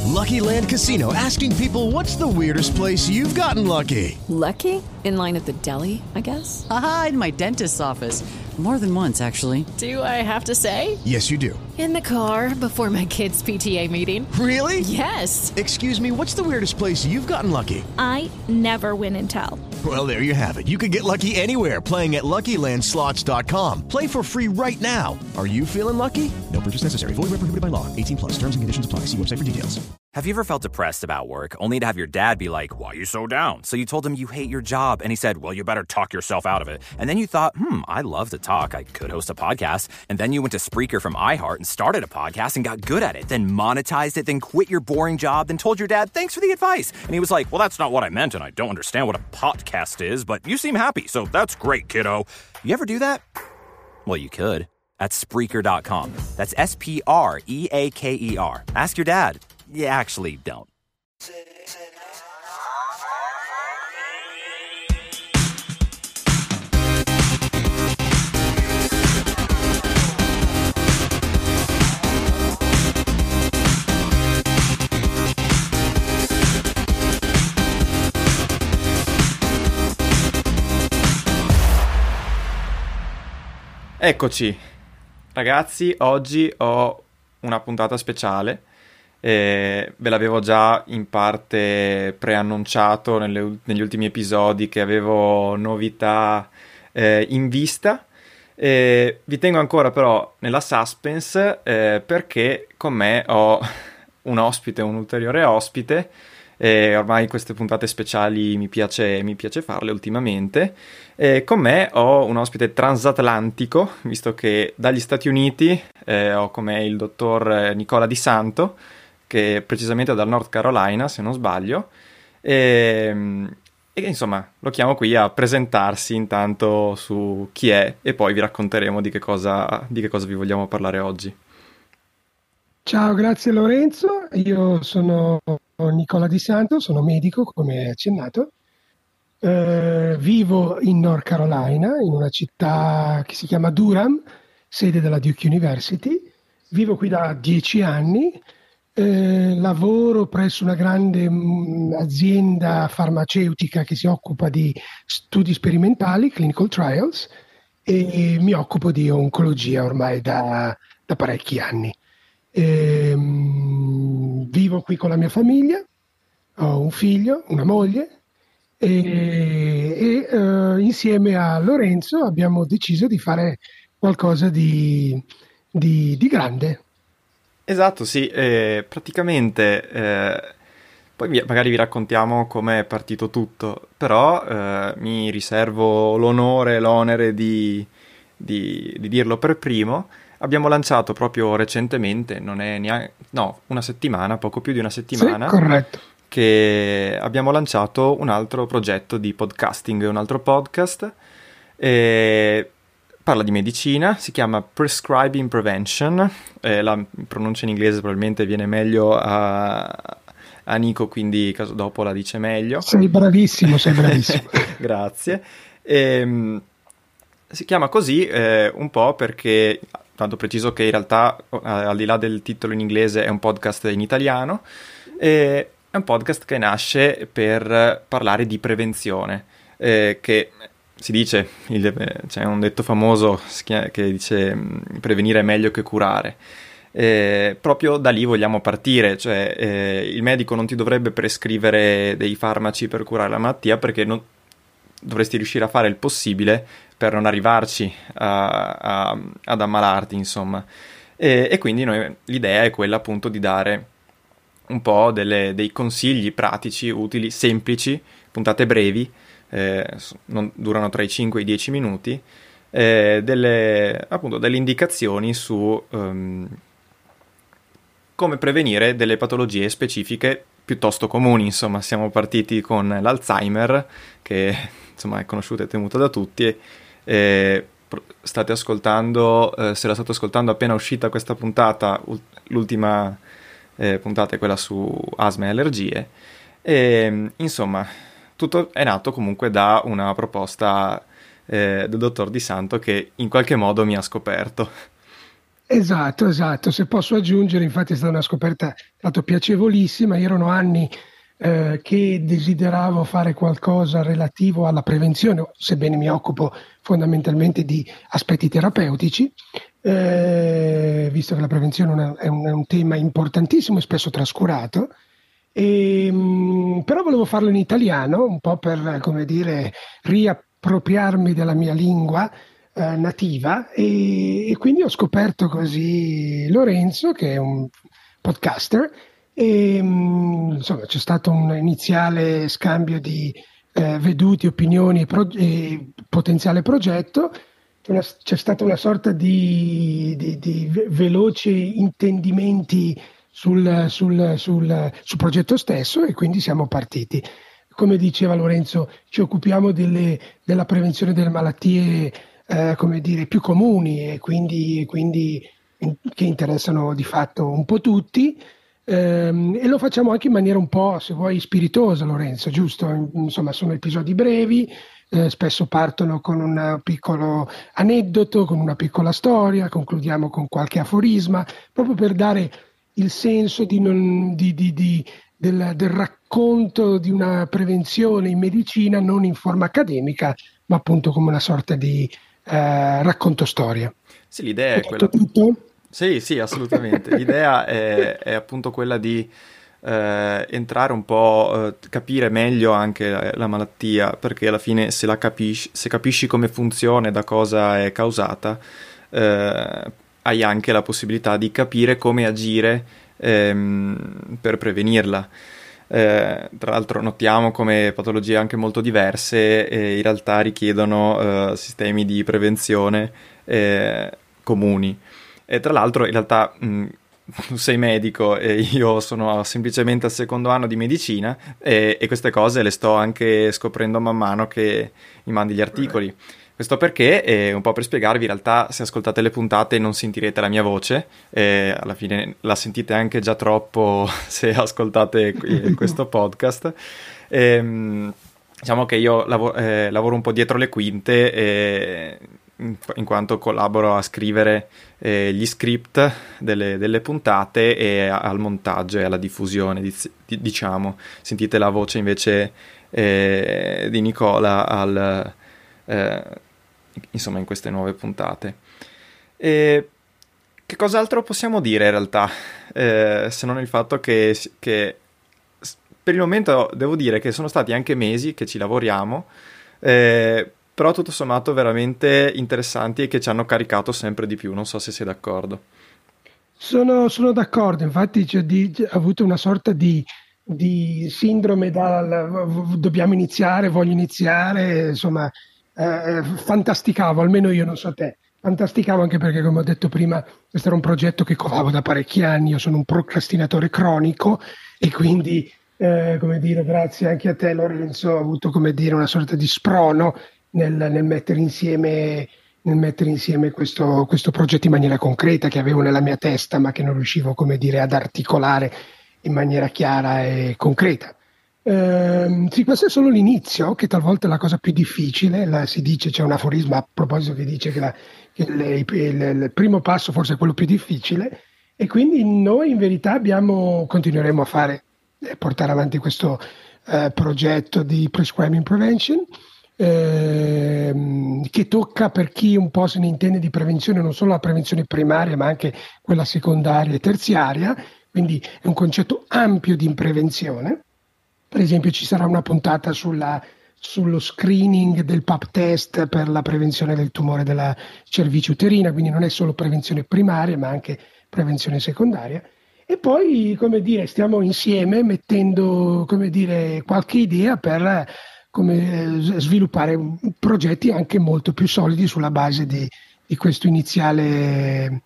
Lucky Land Casino, asking people, what's the weirdest place you've gotten lucky? Lucky? In line at the deli, I guess? Aha, in my dentist's office. More than once, actually. Do I have to say? Yes, you do. In the car before my kids' PTA meeting. Really? Yes. Excuse me, what's the weirdest place you've gotten lucky? I never win and tell. Well, there you have it. You can get lucky anywhere, playing at LuckyLandSlots.com. Play for free right now. Are you feeling lucky? No purchase necessary. Void where prohibited by law. 18 plus. Terms and conditions apply. See website for details. Have you ever felt depressed about work, only to have your dad be like, "Why are you so down?" So you told him you hate your job, and he said, "Well, you better talk yourself out of it." And then you thought, I love to talk. I could host a podcast. And then you went to Spreaker from iHeart and started a podcast and got good at it, then monetized it, then quit your boring job, then told your dad, "Thanks for the advice." And he was like, "Well, that's not what I meant, and I don't understand what a podcast is, but you seem happy, so that's great, kiddo." You ever do that? Well, you could. At Spreaker.com. That's Spreaker. Ask your dad. You actually don't. Eccoci, ragazzi, oggi ho una puntata speciale. Ve l'avevo già in parte preannunciato negli ultimi episodi che avevo novità in vista. Vi tengo ancora però nella suspense perché con me ho un ulteriore ospite. Ormai queste puntate speciali mi piace farle ultimamente. Con me ho un ospite transatlantico, visto che dagli Stati Uniti ho con me il dottor Nicola Di Santo, che è precisamente dal North Carolina, se non sbaglio, e insomma lo chiamo qui a presentarsi intanto su chi è e poi vi racconteremo di che cosa vi vogliamo parlare oggi. Ciao, grazie Lorenzo, io sono Nicola Di Santo, sono medico come accennato, vivo in North Carolina, in una città che si chiama Durham, sede della Duke University, vivo qui da 10 anni. Lavoro presso una grande azienda farmaceutica che si occupa di studi sperimentali, clinical trials, e mi occupo di oncologia ormai da parecchi anni. Vivo qui con la mia famiglia, ho un figlio, una moglie e insieme a Lorenzo abbiamo deciso di fare qualcosa di grande. Esatto, sì, praticamente poi magari vi raccontiamo come è partito tutto, però mi riservo l'onore e l'onere di dirlo per primo. Abbiamo lanciato proprio recentemente, non è neanche, una settimana, poco più di una settimana, sì, corretto, che abbiamo lanciato un altro progetto di podcasting, un altro podcast, parla di medicina, si chiama Prescribing Prevention, la pronuncia in inglese probabilmente viene meglio a Nico, quindi caso dopo la dice meglio. Sei bravissimo. Grazie. Si chiama così un po' perché, tanto preciso che in realtà al di là del titolo in inglese è un podcast in italiano, è un podcast che nasce per parlare di prevenzione, che si dice, c'è un detto famoso che dice prevenire è meglio che curare. Proprio da lì vogliamo partire, cioè il medico non ti dovrebbe prescrivere dei farmaci per curare la malattia, perché dovresti riuscire a fare il possibile per non arrivarci ad ammalarti, insomma. E quindi l'idea è quella appunto di dare un po' dei consigli pratici, utili, semplici, puntate brevi, durano tra i 5 e i 10 minuti, delle indicazioni su come prevenire delle patologie specifiche piuttosto comuni. Insomma, siamo partiti con l'Alzheimer, che insomma è conosciuta e temuta da tutti, state ascoltando, se la state ascoltando appena uscita questa puntata, l'ultima puntata è quella su asma e allergie, e insomma tutto è nato comunque da una proposta del dottor Di Santo, che in qualche modo mi ha scoperto. Esatto, esatto. Se posso aggiungere, infatti è stata una scoperta tra l'altro piacevolissima. Erano anni che desideravo fare qualcosa relativo alla prevenzione, sebbene mi occupo fondamentalmente di aspetti terapeutici, visto che la prevenzione è un tema importantissimo e spesso trascurato. Però volevo farlo in italiano, un po' per, come dire, riappropriarmi della mia lingua nativa e quindi ho scoperto così Lorenzo, che è un podcaster, e insomma c'è stato un iniziale scambio di veduti, opinioni e potenziale progetto. C'è stata una sorta di veloci intendimenti sul progetto stesso e quindi siamo partiti. Come diceva Lorenzo, ci occupiamo della prevenzione delle malattie come dire, più comuni e quindi che interessano di fatto un po' tutti. E lo facciamo anche in maniera un po', se vuoi, spiritosa, Lorenzo, giusto? Insomma, sono episodi brevi, spesso partono con un piccolo aneddoto, con una piccola storia, concludiamo con qualche aforisma, proprio per dare il senso del racconto di una prevenzione in medicina non in forma accademica, ma appunto come una sorta di racconto storia. Sì, l'idea è quella. Tutto? Sì, assolutamente. L'idea è appunto quella di entrare un po', capire meglio anche la malattia, perché alla fine se capisci come funziona e da cosa è causata, hai anche la possibilità di capire come agire per prevenirla. Tra l'altro notiamo come patologie anche molto diverse in realtà richiedono sistemi di prevenzione comuni. E tra l'altro in realtà tu sei medico e io sono semplicemente al secondo anno di medicina e queste cose le sto anche scoprendo man mano che mi mandi gli articoli. Questo perché, un po' per spiegarvi, in realtà se ascoltate le puntate non sentirete la mia voce, alla fine la sentite anche già troppo se ascoltate questo podcast. Diciamo che io lavoro un po' dietro le quinte in quanto collaboro a scrivere gli script delle puntate e al montaggio e alla diffusione, diciamo. Sentite la voce invece di Nicola insomma in queste nuove puntate. E che cos'altro possiamo dire in realtà, se non il fatto che per il momento devo dire che sono stati anche mesi che ci lavoriamo, però tutto sommato veramente interessanti e che ci hanno caricato sempre di più. Non so se sei d'accordo. Sono d'accordo, infatti c'è avuto una sorta di sindrome dobbiamo iniziare, voglio iniziare, insomma. Fantasticavo, almeno io, non so te, fantasticavo anche perché, come ho detto prima, questo era un progetto che covavo da parecchi anni. Io sono un procrastinatore cronico e quindi come dire, grazie anche a te, Lorenzo, ho avuto, come dire, una sorta di sprono nel mettere insieme questo progetto in maniera concreta che avevo nella mia testa ma che non riuscivo, come dire, ad articolare in maniera chiara e concreta. Sì, questo è solo l'inizio, che talvolta è la cosa più difficile. Si dice, c'è un aforisma a proposito che dice che il primo passo forse è quello più difficile, e quindi noi in verità continueremo a portare avanti questo progetto di Prescribing Prevention, che tocca, per chi un po' se ne intende di prevenzione, non solo la prevenzione primaria ma anche quella secondaria e terziaria, quindi è un concetto ampio di prevenzione. Per esempio ci sarà una puntata sullo screening del pap test per la prevenzione del tumore della cervice uterina, quindi non è solo prevenzione primaria ma anche prevenzione secondaria. E poi, come dire, stiamo insieme mettendo, come dire, qualche idea per sviluppare progetti anche molto più solidi sulla base di questa iniziale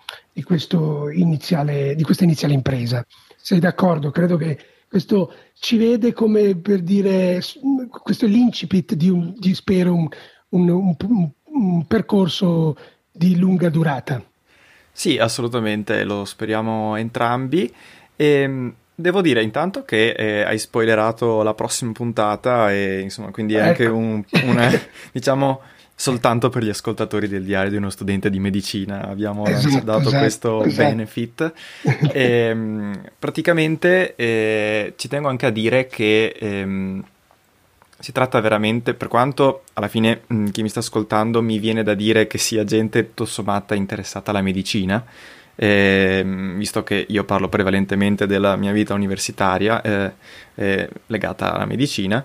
impresa. Sei d'accordo? Credo che questo ci vede, come per dire, questo è l'incipit spero un percorso di lunga durata. Sì, assolutamente, lo speriamo entrambi. E devo dire intanto che hai spoilerato la prossima puntata e insomma, quindi è anche diciamo, soltanto per gli ascoltatori del Diario di uno studente di medicina abbiamo dato Esatto. questo benefit. Praticamente ci tengo anche a dire che si tratta veramente, per quanto alla fine chi mi sta ascoltando mi viene da dire che sia gente tutto sommato interessata alla medicina, visto che io parlo prevalentemente della mia vita universitaria legata alla medicina.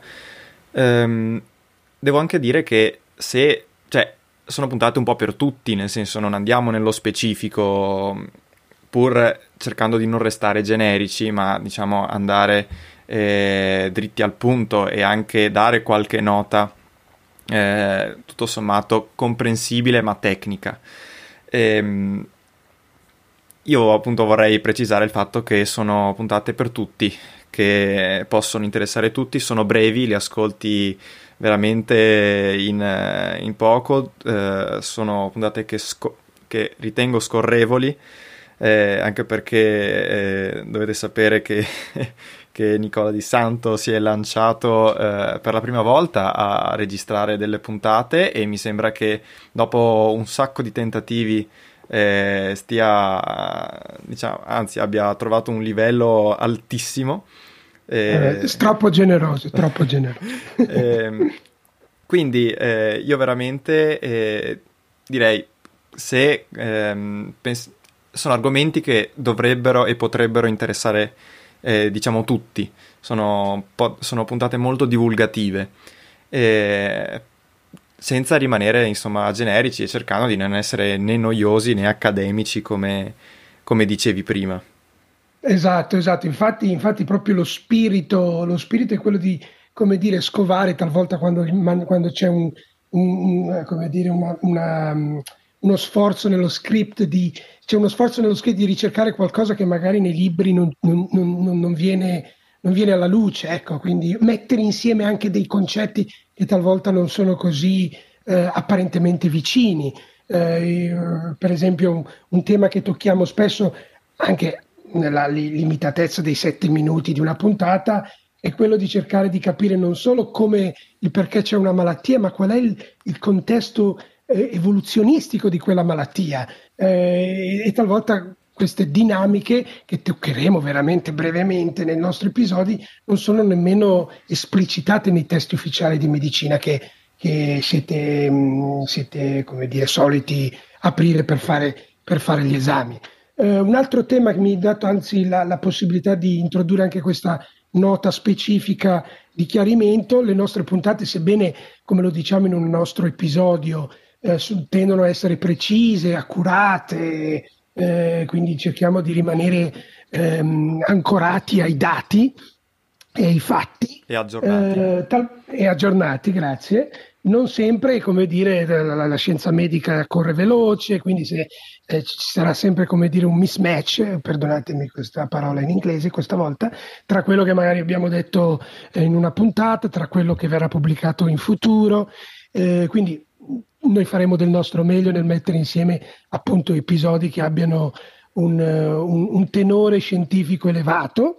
Devo anche dire che sono puntate un po' per tutti, nel senso non andiamo nello specifico, pur cercando di non restare generici, ma diciamo andare dritti al punto e anche dare qualche nota tutto sommato comprensibile ma tecnica. Io appunto vorrei precisare il fatto che sono puntate per tutti, che possono interessare tutti, sono brevi, li ascolti veramente in poco, sono puntate che ritengo scorrevoli, anche perché dovete sapere che che Nicola Di Santo si è lanciato per la prima volta a registrare delle puntate, e mi sembra che dopo un sacco di tentativi anzi abbia trovato un livello altissimo. Troppo generoso. Quindi io veramente direi, se sono argomenti che dovrebbero e potrebbero interessare diciamo tutti, sono puntate molto divulgative, senza rimanere insomma generici e cercando di non essere né noiosi né accademici come dicevi prima. Esatto. Infatti proprio lo spirito è quello di, come dire, scovare talvolta quando c'è come dire, uno sforzo nello script c'è uno sforzo nello script di ricercare qualcosa che magari nei libri non viene alla luce, ecco, quindi mettere insieme anche dei concetti che talvolta non sono così apparentemente vicini. Per esempio un tema che tocchiamo spesso anche nella limitatezza dei 7 minuti di una puntata è quello di cercare di capire non solo il perché c'è una malattia, ma qual è il contesto evoluzionistico di quella malattia, e talvolta queste dinamiche che toccheremo veramente brevemente nei nostri episodi non sono nemmeno esplicitate nei testi ufficiali di medicina che siete come dire soliti aprire per fare gli esami. Un altro tema che mi ha dato anzi la possibilità di introdurre anche questa nota specifica di chiarimento: le nostre puntate, sebbene come lo diciamo in un nostro episodio tendono a essere precise, accurate, quindi cerchiamo di rimanere ancorati ai dati e ai fatti e aggiornati, grazie. Non sempre, come dire, la scienza medica corre veloce, quindi ci sarà sempre, come dire, un mismatch, perdonatemi questa parola in inglese questa volta, tra quello che magari abbiamo detto in una puntata, tra quello che verrà pubblicato in futuro, quindi noi faremo del nostro meglio nel mettere insieme appunto episodi che abbiano un tenore scientifico elevato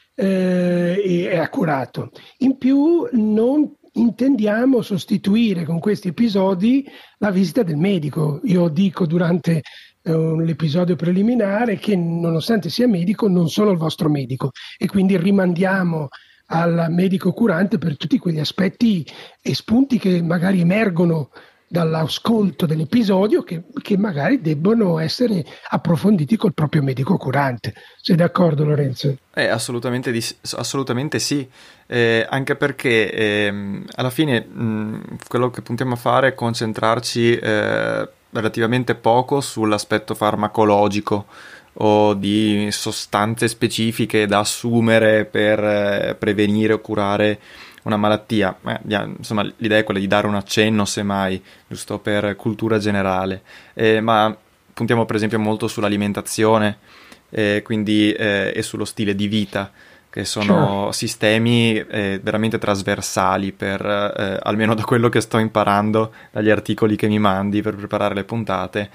e accurato. In più non intendiamo sostituire con questi episodi la visita del medico. Io dico durante l'episodio preliminare che, nonostante sia medico, non sono il vostro medico, e quindi rimandiamo al medico curante per tutti quegli aspetti e spunti che magari emergono dall'ascolto dell'episodio che magari debbono essere approfonditi col proprio medico curante. Sei d'accordo, Lorenzo? Assolutamente sì, anche perché alla fine quello che puntiamo a fare è concentrarci relativamente poco sull'aspetto farmacologico o di sostanze specifiche da assumere per prevenire o curare una malattia. Insomma, l'idea è quella di dare un accenno, semmai, giusto per cultura generale, ma puntiamo per esempio molto sull'alimentazione, quindi e sullo stile di vita, che sono sistemi veramente trasversali per almeno da quello che sto imparando dagli articoli che mi mandi per preparare le puntate,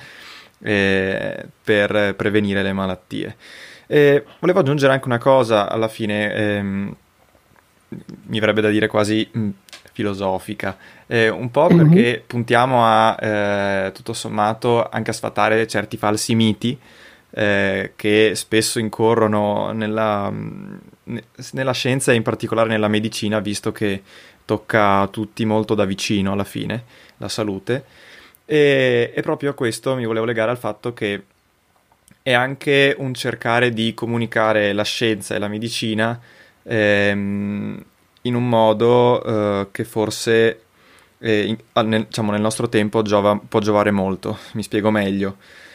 per prevenire le malattie. Volevo aggiungere anche una cosa alla fine, mi verrebbe da dire quasi filosofica, un po' perché puntiamo a, tutto sommato, anche a sfatare certi falsi miti che spesso incorrono nella scienza e in particolare nella medicina, visto che tocca a tutti molto da vicino alla fine, la salute. E proprio a questo mi volevo legare al fatto che è anche un cercare di comunicare la scienza e la medicina in un modo che forse diciamo, nel nostro tempo può giovare molto. Mi spiego meglio.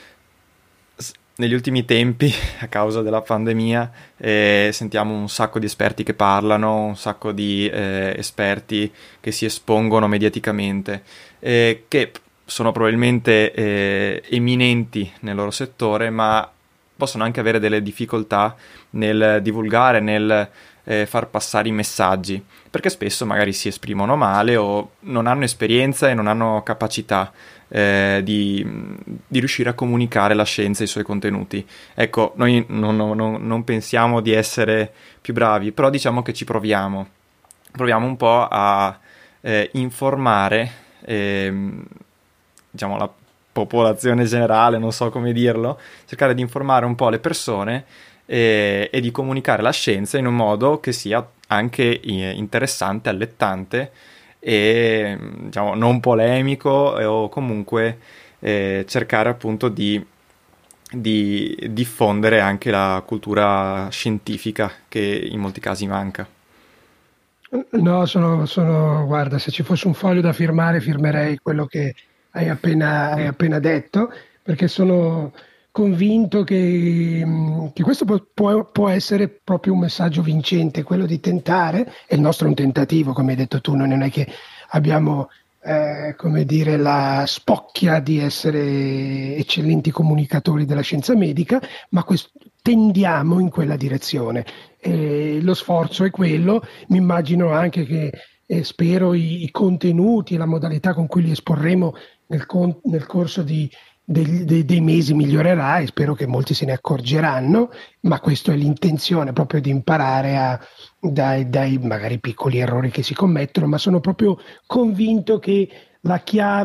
Negli ultimi tempi, a causa della pandemia, sentiamo un sacco di esperti che parlano, un sacco di esperti che si espongono mediaticamente, che sono probabilmente eminenti nel loro settore, ma possono anche avere delle difficoltà nel divulgare, nel far passare i messaggi, perché spesso magari si esprimono male o non hanno esperienza e non hanno capacità di riuscire a comunicare la scienza e i suoi contenuti. Ecco, noi non pensiamo di essere più bravi, però diciamo che ci proviamo un po' a informare diciamo la popolazione generale, non so come dirlo, cercare di informare un po' le persone e di comunicare la scienza in un modo che sia anche interessante, allettante e diciamo non polemico o comunque cercare appunto di diffondere anche la cultura scientifica che in molti casi manca. No, guarda, se ci fosse un foglio da firmare, firmerei quello che hai appena detto, perché sono convinto che questo può essere proprio un messaggio vincente, quello di tentare, e il nostro è un tentativo, come hai detto tu, non è che abbiamo come dire, la spocchia di essere eccellenti comunicatori della scienza medica, ma tendiamo in quella direzione. Lo sforzo è quello, mi immagino anche che spero i contenuti e la modalità con cui li esporremo nel corso dei mesi migliorerà, e spero che molti se ne accorgeranno, ma questa è l'intenzione, proprio di imparare dai magari piccoli errori che si commettono, ma sono proprio convinto che la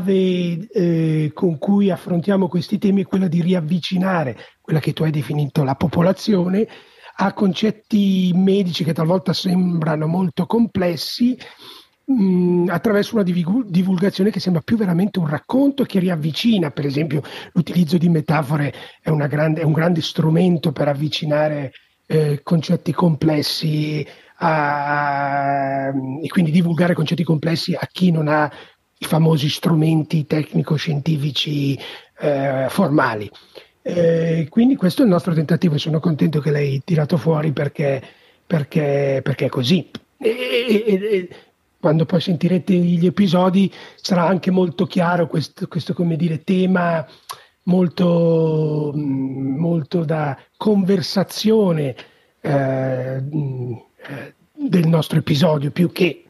chiave con cui affrontiamo questi temi è quella di riavvicinare quella che tu hai definito la popolazione a concetti medici che talvolta sembrano molto complessi, attraverso una divulgazione che sembra più veramente un racconto, che riavvicina. Per esempio, l'utilizzo di metafore è un grande strumento per avvicinare concetti complessi e quindi divulgare concetti complessi a chi non ha i famosi strumenti tecnico-scientifici formali. Quindi questo è il nostro tentativo e sono contento che l'hai tirato fuori perché è così. E quando poi sentirete gli episodi sarà anche molto chiaro questo come dire, tema molto da conversazione del nostro episodio, più che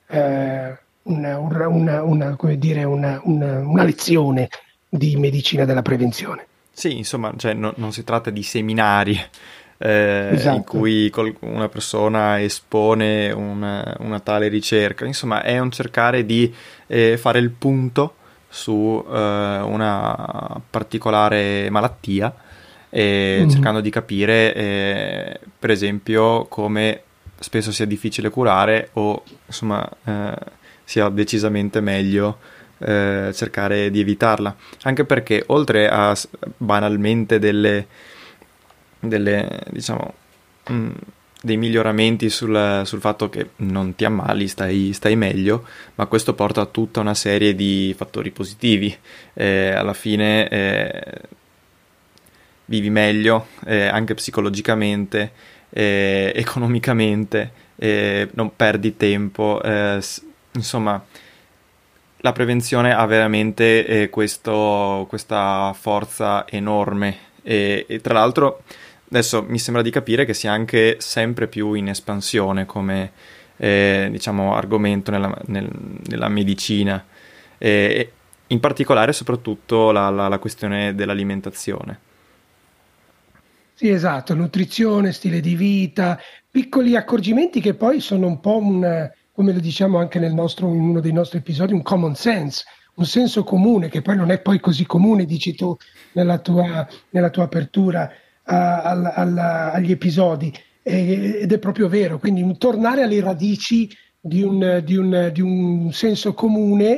come dire, una lezione di medicina della prevenzione. Sì, insomma, cioè, non si tratta di seminari esatto, in cui una persona espone una tale ricerca. Insomma, è un cercare di fare il punto su una particolare malattia, cercando di capire, per esempio, come spesso sia difficile curare o, insomma, sia decisamente meglio cercare di evitarla, anche perché oltre a banalmente delle diciamo dei miglioramenti sul fatto che non ti ammali, stai meglio, ma questo porta a tutta una serie di fattori positivi. Alla fine vivi meglio, anche psicologicamente, economicamente, non perdi tempo, insomma la prevenzione ha veramente questa forza enorme e tra l'altro adesso mi sembra di capire che sia anche sempre più in espansione come diciamo argomento nella medicina, in particolare soprattutto la questione dell'alimentazione. Sì, esatto, nutrizione, stile di vita, piccoli accorgimenti che poi sono un po' come lo diciamo anche in uno dei nostri episodi, un common sense, un senso comune, che poi non è poi così comune, dici tu nella tua apertura agli episodi, ed è proprio vero. Quindi un tornare alle radici di un senso comune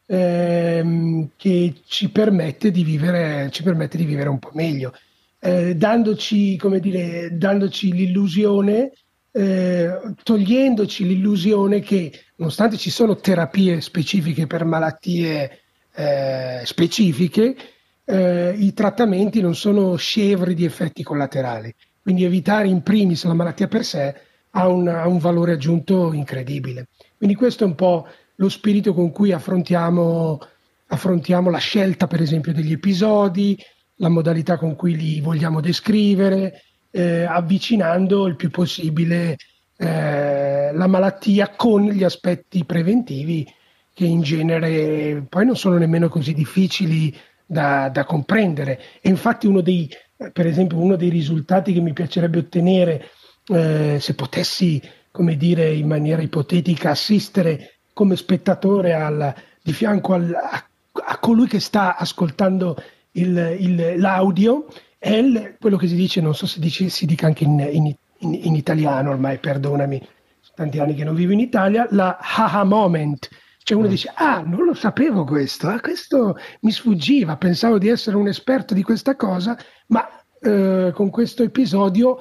che ci permette di vivere un po' meglio, dandoci l'illusione, togliendoci l'illusione che, nonostante ci sono terapie specifiche per malattie specifiche, i trattamenti non sono scevri di effetti collaterali. Quindi evitare in primis la malattia per sé ha un valore aggiunto incredibile. Quindi questo è un po' lo spirito con cui affrontiamo la scelta, per esempio, degli episodi, la modalità con cui li vogliamo descrivere, avvicinando il più possibile la malattia con gli aspetti preventivi, che in genere poi non sono nemmeno così difficili da comprendere. E infatti uno dei risultati che mi piacerebbe ottenere, se potessi, come dire, in maniera ipotetica, assistere come spettatore di fianco a colui che sta ascoltando l'audio, è quello che si dice, non so se si dica anche in italiano, ormai perdonami, sono tanti anni che non vivo in Italia, la aha moment. Cioè uno dice, non lo sapevo questo mi sfuggiva, pensavo di essere un esperto di questa cosa, ma con questo episodio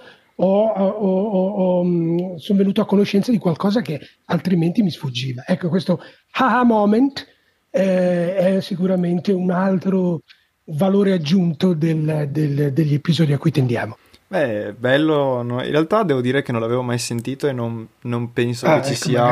sono venuto a conoscenza di qualcosa che altrimenti mi sfuggiva. Ecco, questo aha moment è sicuramente un altro valore aggiunto degli episodi a cui tendiamo. Beh, bello, no? In realtà devo dire che non l'avevo mai sentito e non penso che ci sia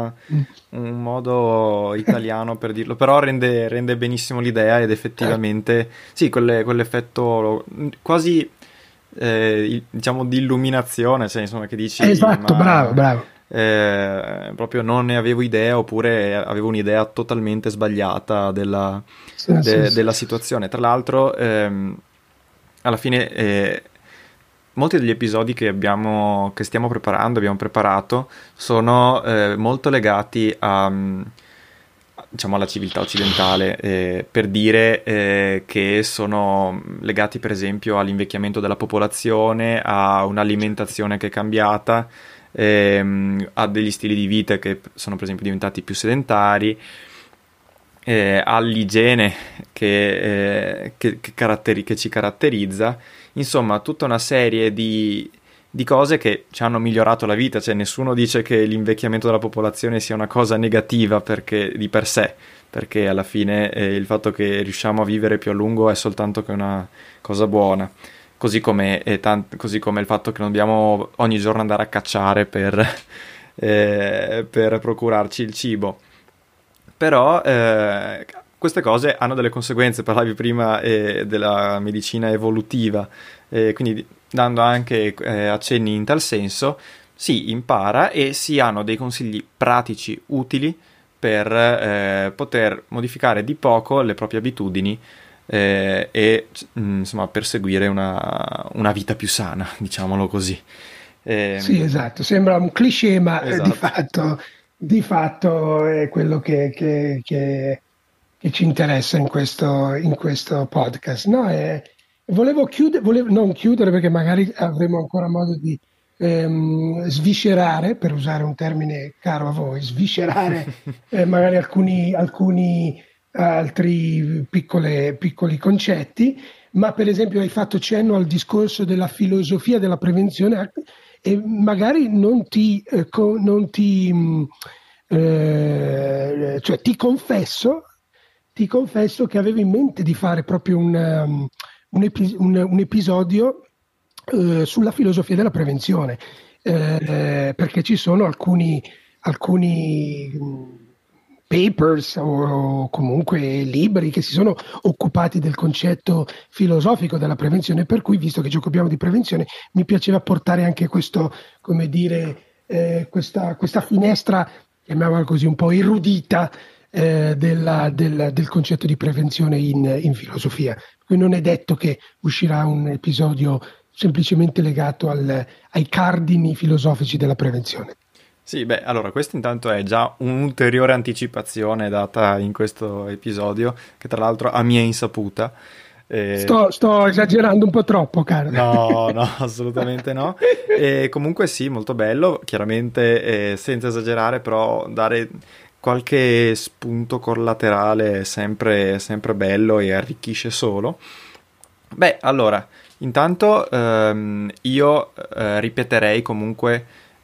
un modo italiano per dirlo, però rende benissimo l'idea, ed effettivamente sì, quell'effetto quasi diciamo di illuminazione, cioè, insomma, che dici, esatto, bravo. Proprio non ne avevo idea, oppure avevo un'idea totalmente sbagliata della situazione. Tra l'altro alla fine molti degli episodi che abbiamo preparato sono molto legati diciamo alla civiltà occidentale, per dire che sono legati per esempio all'invecchiamento della popolazione, a un'alimentazione che è cambiata, a degli stili di vita che sono per esempio diventati più sedentari, all'igiene che ci caratterizza. Insomma, tutta una serie di cose che ci hanno migliorato la vita. Cioè, nessuno dice che l'invecchiamento della popolazione sia una cosa negativa di per sé, perché alla fine il fatto che riusciamo a vivere più a lungo è soltanto che una cosa buona, così come il fatto che non dobbiamo ogni giorno andare a cacciare per procurarci il cibo. Però queste cose hanno delle conseguenze. Parlavi prima della medicina evolutiva, quindi dando anche accenni in tal senso, si impara e si hanno dei consigli pratici utili per poter modificare di poco le proprie abitudini e insomma perseguire una vita più sana, diciamolo così. Sì, esatto, sembra un cliché, ma esatto. di fatto è quello che ci interessa in questo podcast, no? Volevo non chiudere, perché magari avremo ancora modo di sviscerare, per usare un termine caro a voi, magari alcuni altri piccoli concetti, ma per esempio hai fatto cenno al discorso della filosofia della prevenzione, e magari cioè ti confesso che avevo in mente di fare proprio un episodio sulla filosofia della prevenzione, perché ci sono alcuni papers o comunque libri che si sono occupati del concetto filosofico della prevenzione, per cui, visto che ci occupiamo di prevenzione, mi piaceva portare anche questo, come dire, questa finestra, chiamiamola così, un po' erudita del concetto di prevenzione in filosofia. Quindi non è detto che uscirà un episodio semplicemente legato ai cardini filosofici della prevenzione. Sì, beh, allora questo intanto è già un'ulteriore anticipazione data in questo episodio, che tra l'altro a mia insaputa. Sto esagerando un po' troppo, caro. No, no, assolutamente no. E comunque sì, molto bello, chiaramente senza esagerare, però dare qualche spunto collaterale è sempre bello e arricchisce solo. Beh, allora, intanto io ripeterei comunque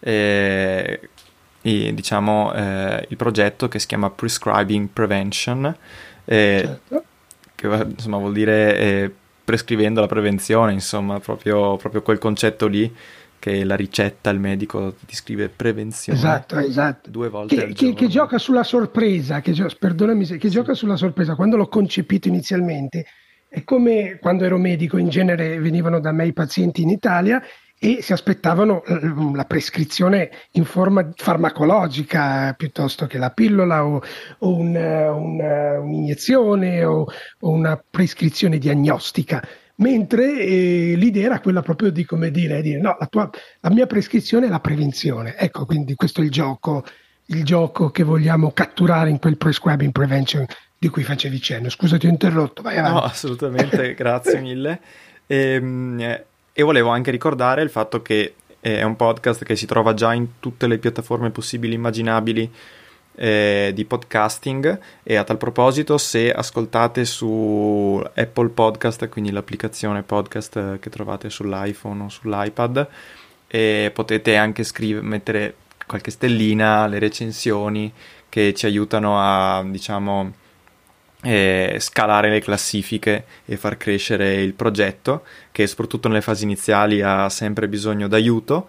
il progetto che si chiama Prescribing Prevention, Certo. che insomma vuol dire prescrivendo la prevenzione, insomma, proprio quel concetto lì, che la ricetta, il medico ti scrive prevenzione Esatto. 2 volte al Che giorno. gioca sulla sorpresa, perdonami, che gioca sulla sorpresa. Quando l'ho concepito inizialmente, è come quando ero medico, in genere venivano da me i pazienti in Italia e si aspettavano la prescrizione in forma farmacologica piuttosto che la pillola o un'iniezione o una prescrizione diagnostica. Mentre l'idea era quella proprio di come dire no, la mia prescrizione è la prevenzione. Ecco, quindi questo è il gioco che vogliamo catturare in quel prescribing prevention di cui facevi cenno. Scusa, ti ho interrotto, vai avanti. No, assolutamente, grazie mille. E volevo anche ricordare il fatto che è un podcast che si trova già in tutte le piattaforme possibili e immaginabili di podcasting, e a tal proposito, se ascoltate su Apple Podcast, quindi l'applicazione podcast che trovate sull'iPhone o sull'iPad, potete anche mettere qualche stellina, le recensioni che ci aiutano a, diciamo, scalare le classifiche e far crescere il progetto, che soprattutto nelle fasi iniziali ha sempre bisogno d'aiuto.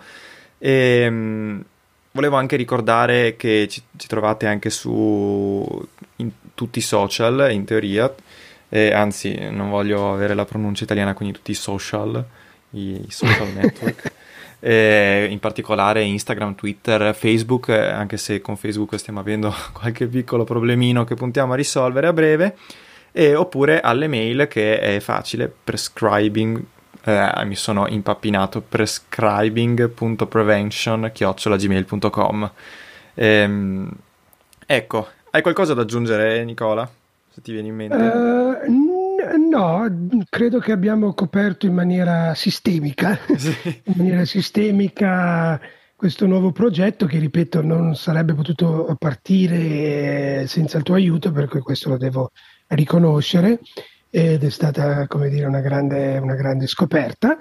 Volevo anche ricordare che ci trovate anche in tutti i social, in teoria, anzi non voglio avere la pronuncia italiana, quindi tutti i social network, in particolare Instagram, Twitter, Facebook, anche se con Facebook stiamo avendo qualche piccolo problemino che puntiamo a risolvere a breve, oppure alle mail, che è facile, prescribing, mi sono impappinato, prescribing.prevention@gmail.com. Ecco, hai qualcosa da aggiungere, Nicola? Se ti viene in mente? No, credo che abbiamo coperto in maniera sistemica, Sì. questo nuovo progetto che, ripeto, non sarebbe potuto partire senza il tuo aiuto, per cui questo lo devo riconoscere, ed è stata, come dire, una grande scoperta.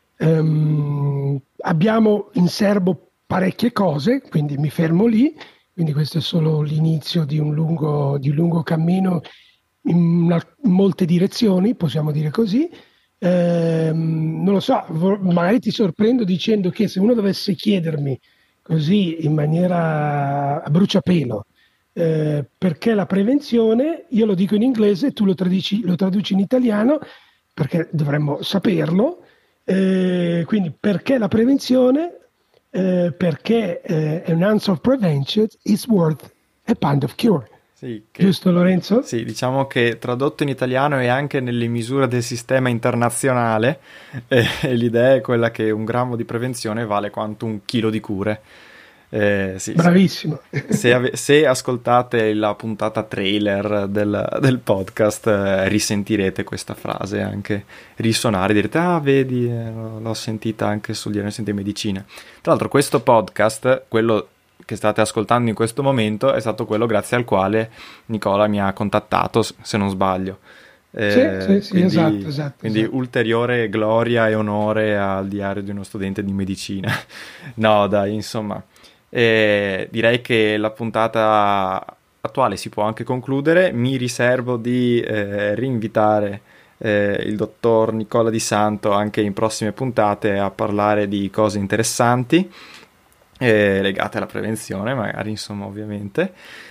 Abbiamo in serbo parecchie cose, quindi mi fermo lì, quindi questo è solo l'inizio di un lungo cammino in molte direzioni, possiamo dire così. Non lo so, magari ti sorprendo dicendo che se uno dovesse chiedermi così in maniera a bruciapelo perché la prevenzione, io lo dico in inglese, tu lo traduci in italiano, perché dovremmo saperlo. Quindi perché la prevenzione? Perché an ounce of prevention is worth a pound of cure. Sì, Giusto, Lorenzo? Sì, diciamo che tradotto in italiano e anche nelle misure del sistema internazionale, l'idea è quella che 1 grammo di prevenzione vale quanto 1 chilo di cure. Sì, Bravissimo. se ascoltate la puntata trailer del podcast, risentirete questa frase anche risuonare, direte, ah vedi, l'ho sentita anche sul Diario di Medicina. Tra l'altro questo podcast, quello che state ascoltando in questo momento, è stato quello grazie al quale Nicola mi ha contattato, se non sbaglio. Sì, quindi, esatto. Quindi ulteriore gloria e onore al Diario di uno studente di medicina. No, dai, insomma, direi che la puntata attuale si può anche concludere. Mi riservo di rinvitare il dottor Nicola Di Santo anche in prossime puntate a parlare di cose interessanti legate alla prevenzione, magari, insomma, ovviamente.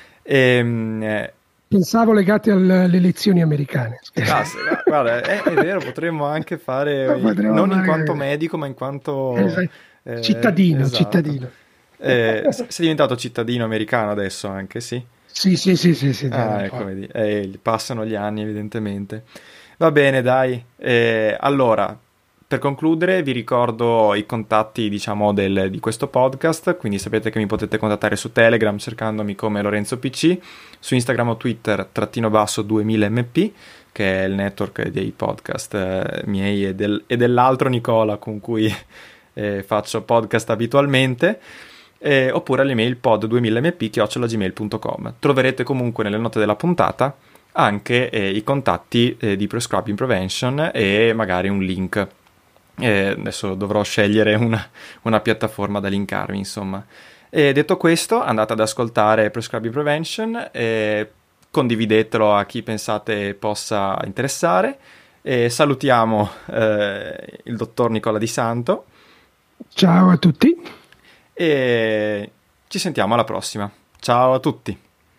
Pensavo legate alle elezioni americane. Guarda, è vero, potremmo anche fare, non in quanto medico, ma in quanto cittadino. Esatto. Cittadino. Sei diventato cittadino americano adesso anche, sì? Sì. Ecco, vedi. Passano gli anni, evidentemente. Va bene, dai. Allora, Per concludere vi ricordo i contatti di questo podcast, quindi sapete che mi potete contattare su Telegram cercandomi come Lorenzo PC, su Instagram o Twitter _2000mp, che è il network dei podcast miei e dell'altro Nicola con cui faccio podcast abitualmente, oppure all'email pod2000mp@gmail.com. Troverete comunque nelle note della puntata anche i contatti di Prescribing Prevention e magari un link. Adesso dovrò scegliere una piattaforma da linkarvi, insomma. E detto questo, andate ad ascoltare Prescribing Prevention e condividetelo a chi pensate possa interessare. E salutiamo il dottor Nicola Di Santo. Ciao a tutti. E ci sentiamo alla prossima. Ciao a tutti.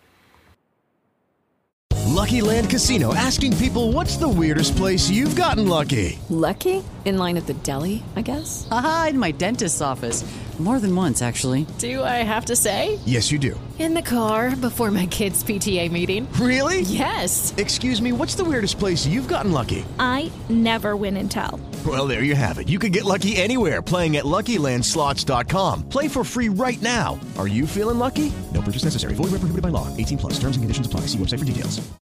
Lucky Land Casino, asking people, what's the weirdest place you've gotten lucky? Lucky? In line at the deli, I guess? Aha, in my dentist's office. More than once, actually. Do I have to say? Yes, you do. In the car before my kids' PTA meeting. Really? Yes. Excuse me, what's the weirdest place you've gotten lucky? I never win and tell. Well, there you have it. You can get lucky anywhere, playing at LuckyLandSlots.com. Play for free right now. Are you feeling lucky? No purchase necessary. Void where prohibited by law. 18+. Terms and conditions apply. See website for details.